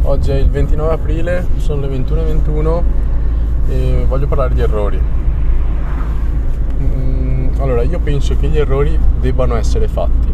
Oggi è il 29 aprile, sono le 21:21 e voglio parlare di errori. Allora, io penso che gli errori debbano essere fatti.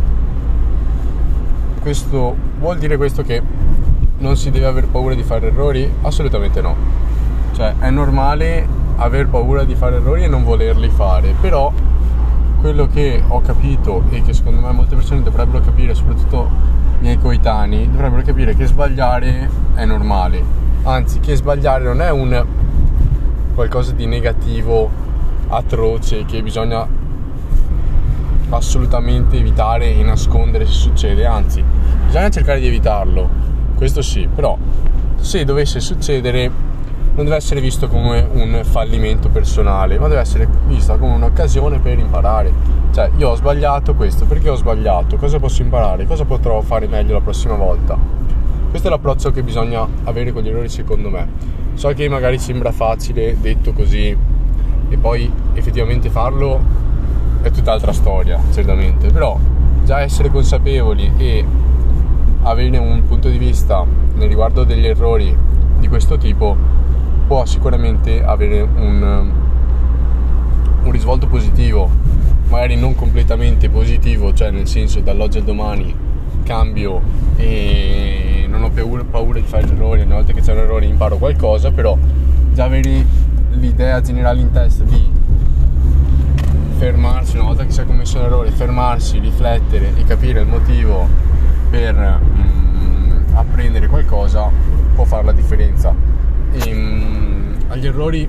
Questo vuol dire che non si deve aver paura di fare errori? Assolutamente no. Cioè, è normale aver paura di fare errori e non volerli fare, però quello che ho capito e che secondo me molte persone dovrebbero capire, soprattutto miei coetanei, dovrebbero capire che sbagliare è normale, anzi che sbagliare non è un qualcosa di negativo, atroce, che bisogna assolutamente evitare e nascondere se succede, anzi bisogna cercare di evitarlo, questo sì, però se dovesse succedere non deve essere visto come un fallimento personale, ma deve essere vista come un'occasione per imparare. Cioè, io ho sbagliato questo, perché ho sbagliato? Cosa posso imparare? Cosa potrò fare meglio la prossima volta? Questo è l'approccio che bisogna avere con gli errori, secondo me. So che magari sembra facile detto così e poi effettivamente farlo è tutt'altra storia, certamente, però già essere consapevoli e avere un punto di vista nel riguardo degli errori di questo tipo può sicuramente avere un risvolto positivo, magari non completamente positivo, cioè nel senso dall'oggi al domani cambio e non ho paura di fare errori, una volta che c'è un errore imparo qualcosa, però già avere l'idea generale in testa di fermarsi una volta che si è commesso un errore, fermarsi, riflettere e capire il motivo per apprendere qualcosa può fare la differenza. Agli errori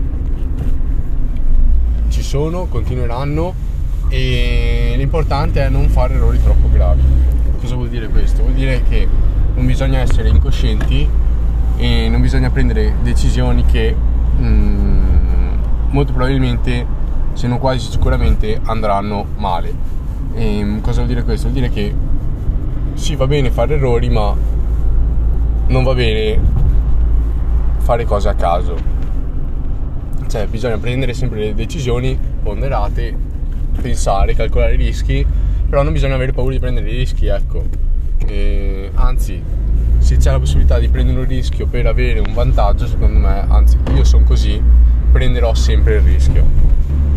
ci sono, continueranno e l'importante è non fare errori troppo gravi. Cosa vuol dire questo? Vuol dire che non bisogna essere incoscienti e non bisogna prendere decisioni che molto probabilmente, se non quasi sicuramente, andranno male. Cosa vuol dire questo? Vuol dire che sì, va bene fare errori, ma non va bene fare cose a caso. Cioè, bisogna prendere sempre le decisioni ponderate, pensare, calcolare i rischi, però non bisogna avere paura di prendere i rischi, ecco. Anzi, se c'è la possibilità di prendere un rischio per avere un vantaggio, secondo me, anzi io sono così, prenderò sempre il rischio.